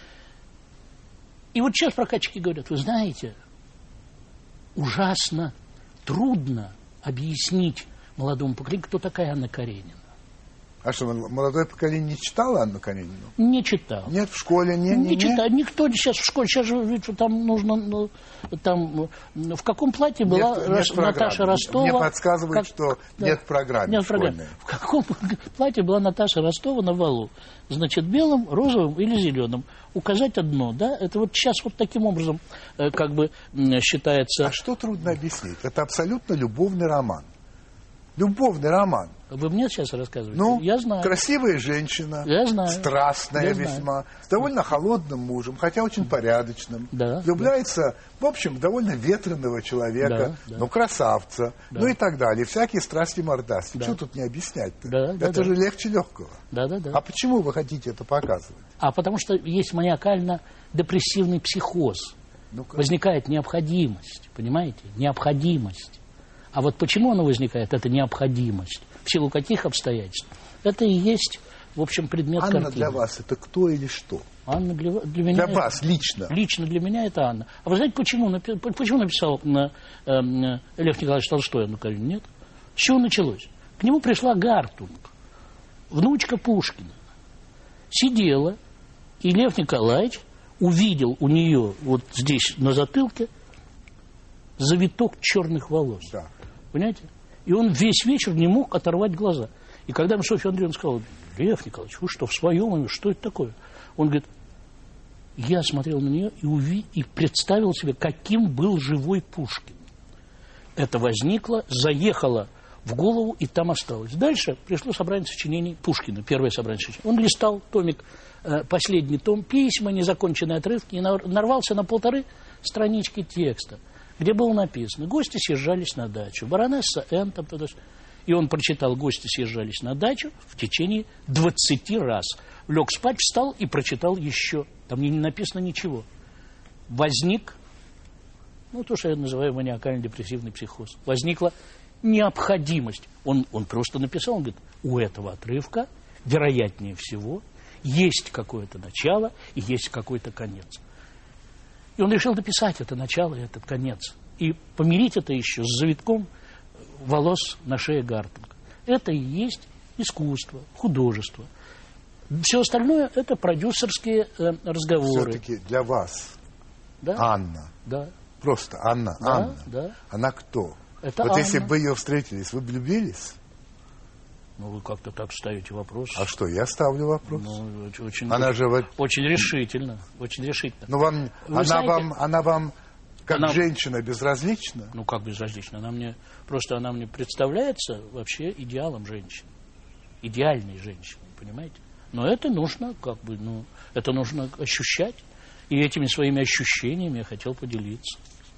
И вот сейчас прокатчики говорят, вы знаете, ужасно трудно объяснить молодому поколению, кто такая Анна Каренина. А что, молодое поколение не читало Анну Каренину? Не читал. Нет, в школе не читал. Никто сейчас в школе. Сейчас же там нужно... в каком платье была Наташа Ростова? Мне подсказывают, что нет программы школьной. В каком платье была Наташа Ростова на балу? Значит, белым, розовым или зеленым. Указать одно, да? Это вот сейчас вот таким образом считается... А что трудно объяснить? Это абсолютно любовный роман. Любовный роман. Вы мне сейчас рассказываете? Я знаю. Красивая женщина. Я знаю. Страстная весьма. С довольно холодным мужем, хотя очень порядочным. Влюбляется, в общем, довольно ветреного человека. Красавца. Да. И так далее. Всякие страсти мордасти. Что тут не объяснять-то? Это же легче легкого. Да. А почему вы хотите это показывать? Потому что есть маниакально-депрессивный психоз. Возникает необходимость. Понимаете? Необходимость. А вот почему она возникает, эта необходимость? В силу каких обстоятельств? Это и есть, в общем, предмет Анна картины. Для вас это кто или что? Анна для меня... Для вас лично? Лично для меня это Анна. А вы знаете, почему написал Лев Николаевич Толстой Анну Каренину? Нет? С чего началось? К нему пришла Гартунг, внучка Пушкина. Сидела, и Лев Николаевич увидел у нее вот здесь на затылке завиток черных волос. Да. Понимаете? И он весь вечер не мог оторвать глаза. И когда ему Софья Андреевна сказала, Лев Николаевич, вы что, в своем уме? Что это такое? Он говорит, я смотрел на нее и представил себе, каким был живой Пушкин. Это возникло, заехало в голову и там осталось. Дальше пришло собрание сочинений Пушкина, первое собрание сочинений. Он листал томик, последний том, письма, незаконченные отрывки, и нарвался на 1,5 странички текста, где было написано, гости съезжались на дачу, баронесса Н. И он прочитал, гости съезжались на дачу в течение 20 раз. Лег спать, встал и прочитал еще. Там не написано ничего. Возник, то, что я называю маниакально-депрессивный психоз. Возникла необходимость. Он просто написал, он говорит, у этого отрывка, вероятнее всего, есть какое-то начало и есть какой-то конец. И он решил написать это начало и этот конец. И помирить это еще с завитком волос на шее Гартунга. Это и есть искусство, художество. Все остальное – это продюсерские разговоры. Все-таки для вас Анна. Да. Просто Анна. Да, Анна. Да. Она кто? Это вот Анна. Если бы вы ее встретились, вы бы влюбились? Ну, вы как-то так ставите вопрос. А что, я ставлю вопрос? Ну, очень, она же вот... очень решительно. Очень решительно. Но она вам как женщина безразлична? Ну, как безразлична? Она мне представляется вообще идеалом женщины. Идеальной женщиной, понимаете? Но это нужно, это нужно ощущать. И этими своими ощущениями я хотел поделиться.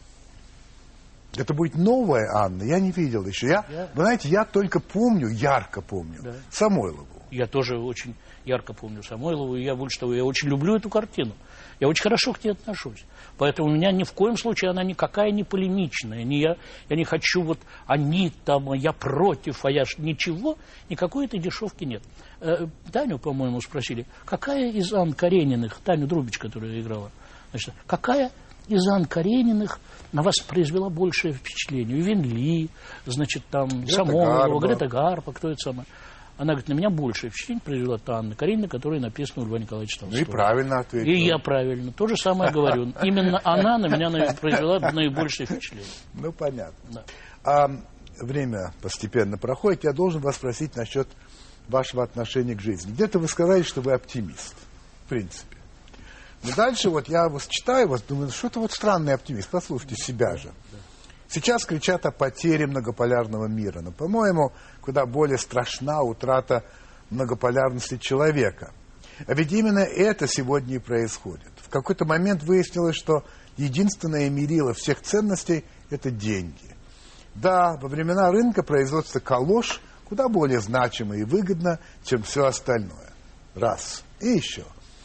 Это будет новая Анна, я не видел еще. Вы знаете, я только помню, ярко помню, Самойлову. Я тоже очень ярко помню Самойлову, и я больше того, я очень люблю эту картину. Я очень хорошо к ней отношусь. Поэтому у меня ни в коем случае она никакая не полемичная. Я не хочу они там, я против, ничего, никакой этой дешевки нет. Таню, по-моему, спросили, какая из Анн Карениных, Таню Друбич, которая играла, значит, какая из Анн Карениных на вас произвела большее впечатление? Вивьен Ли, значит, там Самойлова, Грета Гарбо, кто это самое? Она говорит, на меня большее впечатление произвела та Анна Каренина, которая написана у Льва Николаевича Толстого. Ну и правильно ответил. И я правильно. То же самое говорю. Именно она на меня произвела наибольшее впечатление. Ну, понятно. Да. А время постепенно проходит. Я должен вас спросить насчет вашего отношения к жизни. Где-то вы сказали, что вы оптимист. В принципе. Но дальше я вас читаю, думаю, что-то странный оптимист. Послушайте себя же. Сейчас кричат о потере многополярного мира. Но, по-моему, куда более страшна утрата многополярности человека. А ведь именно это сегодня и происходит. В какой-то момент выяснилось, что единственное мерило всех ценностей – это деньги. Да, во времена рынка производство калош куда более значимо и выгодно, чем все остальное. Раз. И еще.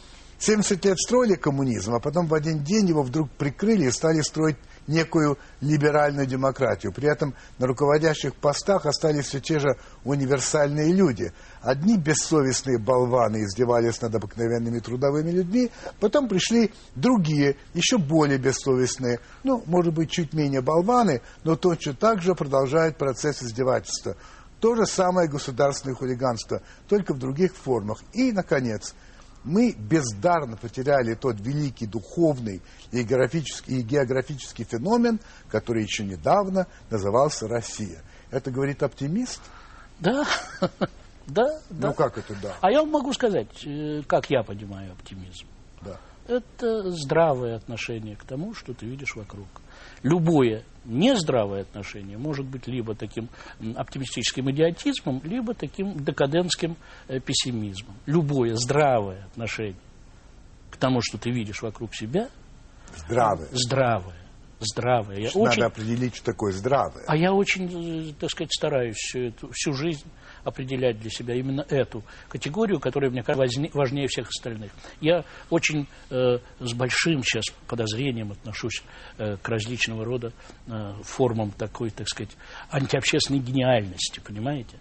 70 лет строили коммунизм, а потом в один день его вдруг прикрыли и стали строить некую либеральную демократию. При этом на руководящих постах остались все те же универсальные люди. Одни бессовестные болваны издевались над обыкновенными трудовыми людьми, потом пришли другие, еще более бессовестные, может быть, чуть менее болваны, но точно так же продолжают процесс издевательства. То же самое государственное хулиганство, только в других формах. И, наконец, мы бездарно потеряли тот великий духовный и географический феномен, который еще недавно назывался Россия. Это говорит оптимист? Да, да. Ну как это да? А я вам могу сказать, как я понимаю оптимизм. Да. Это здравое отношение к тому, что ты видишь вокруг. Любое нездравое отношение может быть либо таким оптимистическим идиотизмом, либо таким декадентским пессимизмом. Любое здравое отношение к тому, что ты видишь вокруг себя, здравое. Надо определить, что такое здравое. А я очень, стараюсь всю жизнь определять для себя именно эту категорию, которая, мне кажется, важнее всех остальных. Я очень с большим сейчас подозрением отношусь к различного рода формам такой, антиобщественной гениальности, понимаете?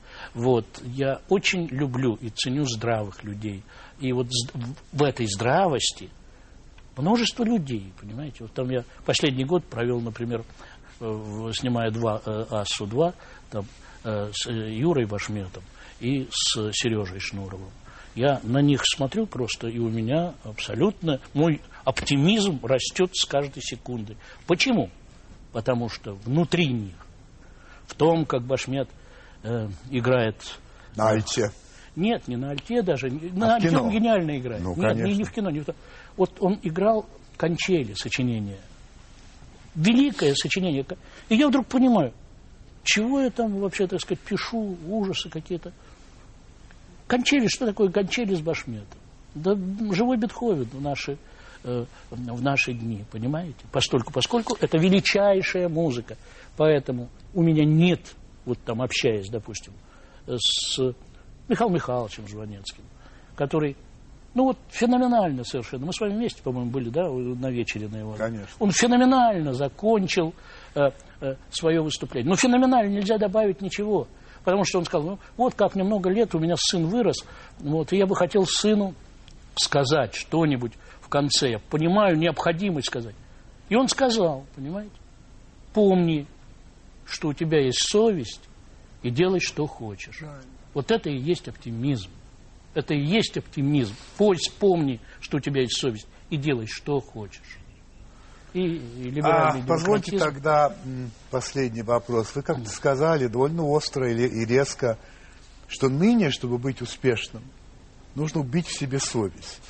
Я очень люблю и ценю здравых людей. И в этой здравости множество людей, понимаете? Там я последний год провел, например, снимая АСУ-2, там, с Юрой Башметом и с Сережей Шнуровым. Я на них смотрю просто, и у меня абсолютно мой оптимизм растет с каждой секундой. Почему? Потому что внутри них, в том, как Башмет играет... На альте. Нет, не на альте даже. На альте он гениально играет. Нет, не в кино. Он играл Кончели, сочинение. Великое сочинение. И я вдруг понимаю, чего я там вообще, пишу, ужасы какие-то. Кончели, что такое Кончели с Башметом? Да живой Бетховен в наши дни, понимаете? Поскольку это величайшая музыка. Поэтому у меня нет, общаясь, допустим, с Михаилом Михайловичем Жванецким, который, феноменально совершенно. Мы с вами вместе, по-моему, были, на вечере на его. Конечно. Он феноменально закончил свое выступление. Феноменально, нельзя добавить ничего. Потому что он сказал, как мне много лет, у меня сын вырос, и я бы хотел сыну сказать что-нибудь в конце. Я понимаю необходимость сказать. И он сказал, понимаете, помни, что у тебя есть совесть, и делай, что хочешь. Это и есть оптимизм. Это и есть оптимизм. Помни, что у тебя есть совесть, и делай, что хочешь. И либеральный демократизм. Позвольте тогда последний вопрос. Вы как-то сказали довольно остро и резко, что ныне, чтобы быть успешным, нужно убить в себе совесть.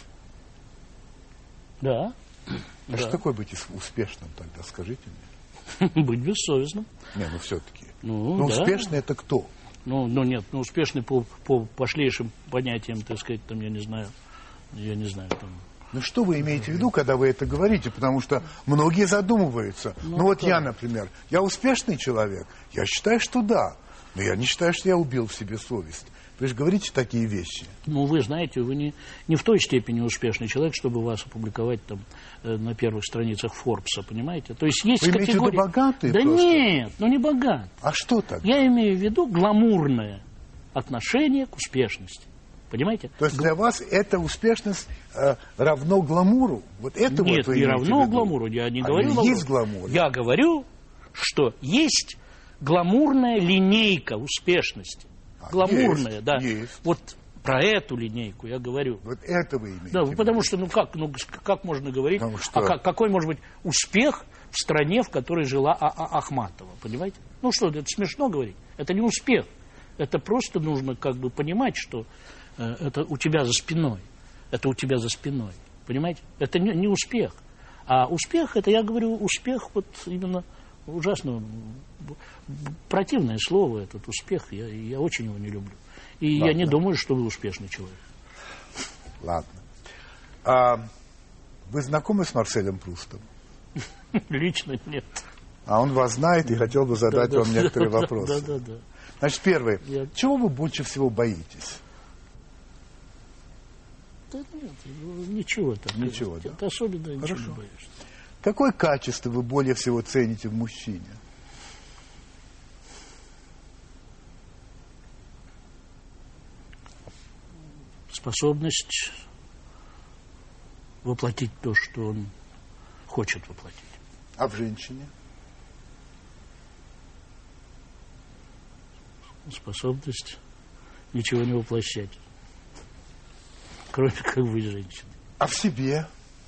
Да. А что такое быть успешным тогда, скажите мне? Быть бессовестным. Не, ну все-таки. Ну, Но да. успешный это кто? Ну нет, успешный по пошлейшим понятиям, так сказать, там, я не знаю, там. Ну что вы имеете в виду, когда вы это говорите? Потому что многие задумываются. Ну вот я, например, я успешный человек? Я считаю, что да. Но я не считаю, что я убил в себе совесть. Вы же говорите такие вещи. Ну, вы знаете, вы не в той степени успешный человек, чтобы вас опубликовать там на первых страницах Форбса, понимаете? То есть есть вы категории... имеете в виду богатые Да просто? нет, не богат. А что так? Я имею в виду гламурное отношение к успешности. Понимаете? То есть для вас эта успешность равно гламуру? Вот это нет, вот вы не имеете равно в виду? гламуру. Я не говорю есть гламур? Я говорю, что есть гламурная линейка успешности. Гламурная, есть, да. Есть. Вот про эту линейку я говорю. Вот это вы имеете Да, в виду? потому что, как можно говорить, какой может быть успех в стране, в которой жила Ахматова, понимаете? Ну что, это смешно говорить? Это не успех. Это просто нужно как бы понимать, что это у тебя за спиной. Это у тебя за спиной. Понимаете? Это не успех. А успех, это, я говорю, успех вот именно ужасно противное слово, этот успех. Я очень его не люблю. И я не думаю, что вы успешный человек. Ладно. Вы знакомы с Марселем Прустом? Лично нет. А он вас знает и хотел бы задать вам некоторые вопросы. Да. Значит, первый. Чего вы больше всего боитесь? Да нет, ничего там. Ничего, да? Это особенно ничего Хорошо. не боишься. Какое качество вы более всего цените в мужчине? Способность воплотить то, что он хочет воплотить. А в женщине? Способность ничего не воплощать. Кроме как быть женщиной. А в себе?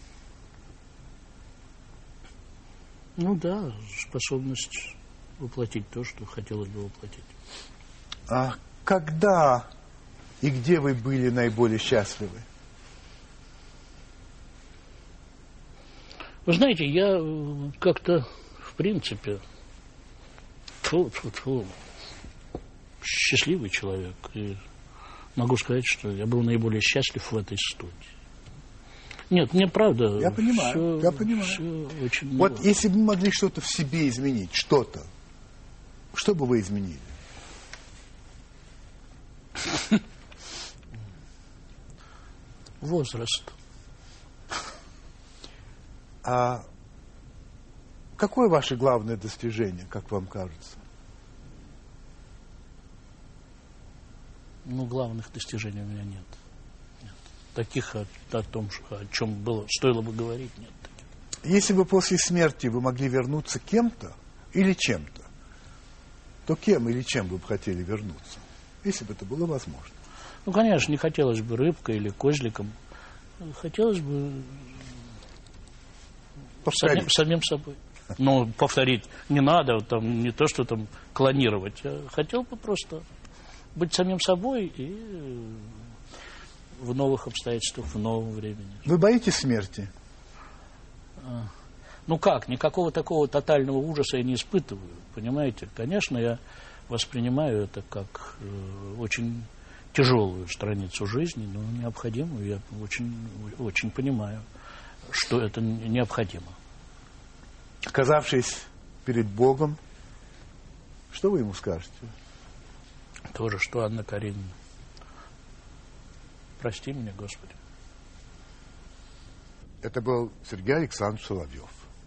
Ну да, способность воплотить то, что хотелось бы воплотить. А когда и где вы были наиболее счастливы? Вы знаете, я как-то, в принципе, счастливый человек. И могу сказать, что я был наиболее счастлив в этой студии. Нет, мне правда... Я понимаю, я понимаю. Все очень вот много. если бы вы могли что-то в себе изменить, что-то, что бы вы изменили? Возраст. А какое ваше главное достижение, как вам кажется? Ну, главных достижений у меня нет. Таких о том, о чем было, стоило бы говорить, нет таких. Если бы после смерти вы могли вернуться кем-то или чем-то, то кем или чем вы бы хотели вернуться, если бы это было возможно? Ну, конечно, не хотелось бы рыбкой или козликом. Хотелось бы самим собой. Но повторить не надо, там, не то, что там клонировать. Я хотел бы просто быть самим собой и в новых обстоятельствах, в новом времени. Вы боитесь смерти? Ну как, никакого такого тотального ужаса я не испытываю, понимаете? Конечно, я воспринимаю это как очень тяжелую страницу жизни, но необходимую. Я очень понимаю, что это необходимо. Оказавшись перед Богом, что вы ему скажете? То же, что Анна Каренина. Прости меня, Господи. Это был Сергей Александрович Соловьев.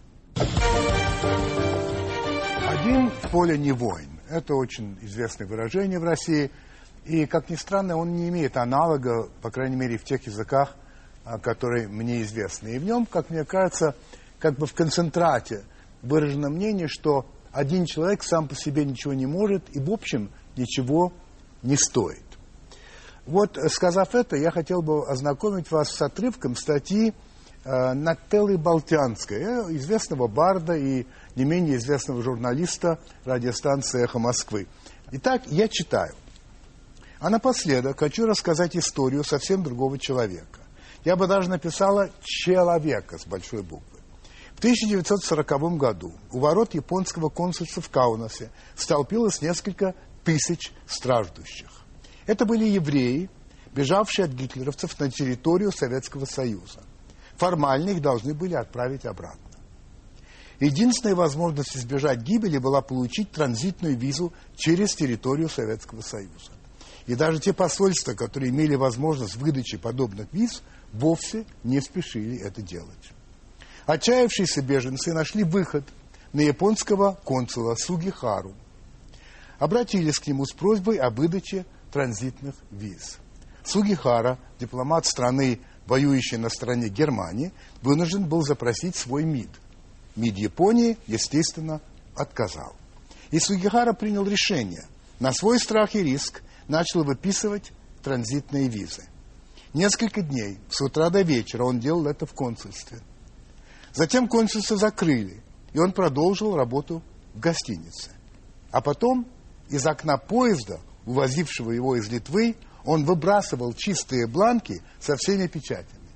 Один в поле не воин. Это очень известное выражение в России. И, как ни странно, он не имеет аналога, по крайней мере, в тех языках, которые мне известны. И в нем, как мне кажется, как бы в концентрате выражено мнение, что один человек сам по себе ничего не может и, в общем, ничего не стоит. Вот, сказав это, я хотел бы ознакомить вас с отрывком статьи Нателлы Болтянской, известного барда и не менее известного журналиста радиостанции «Эхо Москвы». Итак, я читаю. А напоследок хочу рассказать историю совсем другого человека. Я бы даже написала «человека» с большой буквы. В 1940 году у ворот японского консульства в Каунасе столпилось несколько тысяч страждущих. Это были евреи, бежавшие от гитлеровцев на территорию Советского Союза. Формально их должны были отправить обратно. Единственная возможность избежать гибели была получить транзитную визу через территорию Советского Союза. И даже те посольства, которые имели возможность выдачи подобных виз, вовсе не спешили это делать. Отчаявшиеся беженцы нашли выход на японского консула Сугихару. Обратились к нему с просьбой о выдаче транзитных виз. Сугихара, дипломат страны, воюющей на стороне Германии, вынужден был запросить свой МИД. МИД Японии, естественно, отказал. И Сугихара принял решение. На свой страх и риск начал выписывать транзитные визы. Несколько дней, с утра до вечера, он делал это в консульстве. Затем консульство закрыли, и он продолжил работу в гостинице. А потом из окна поезда, увозившего его из Литвы, он выбрасывал чистые бланки со всеми печатями.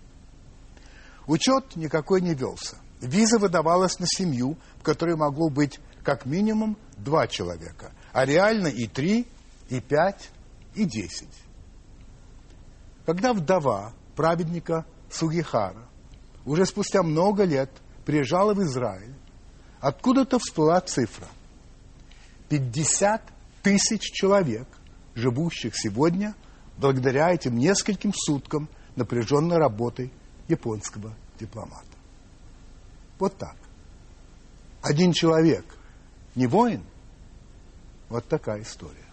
Учет никакой не велся. Виза выдавалась на семью, в которой могло быть как минимум 2 человека, а реально и 3, и 5, и 10. Когда вдова праведника Сугихара уже спустя много лет приезжала в Израиль, откуда-то всплыла цифра. 50 тысяч человек, живущих сегодня благодаря этим нескольким суткам напряженной работой японского дипломата. Вот так. Один человек, не воин, вот такая история.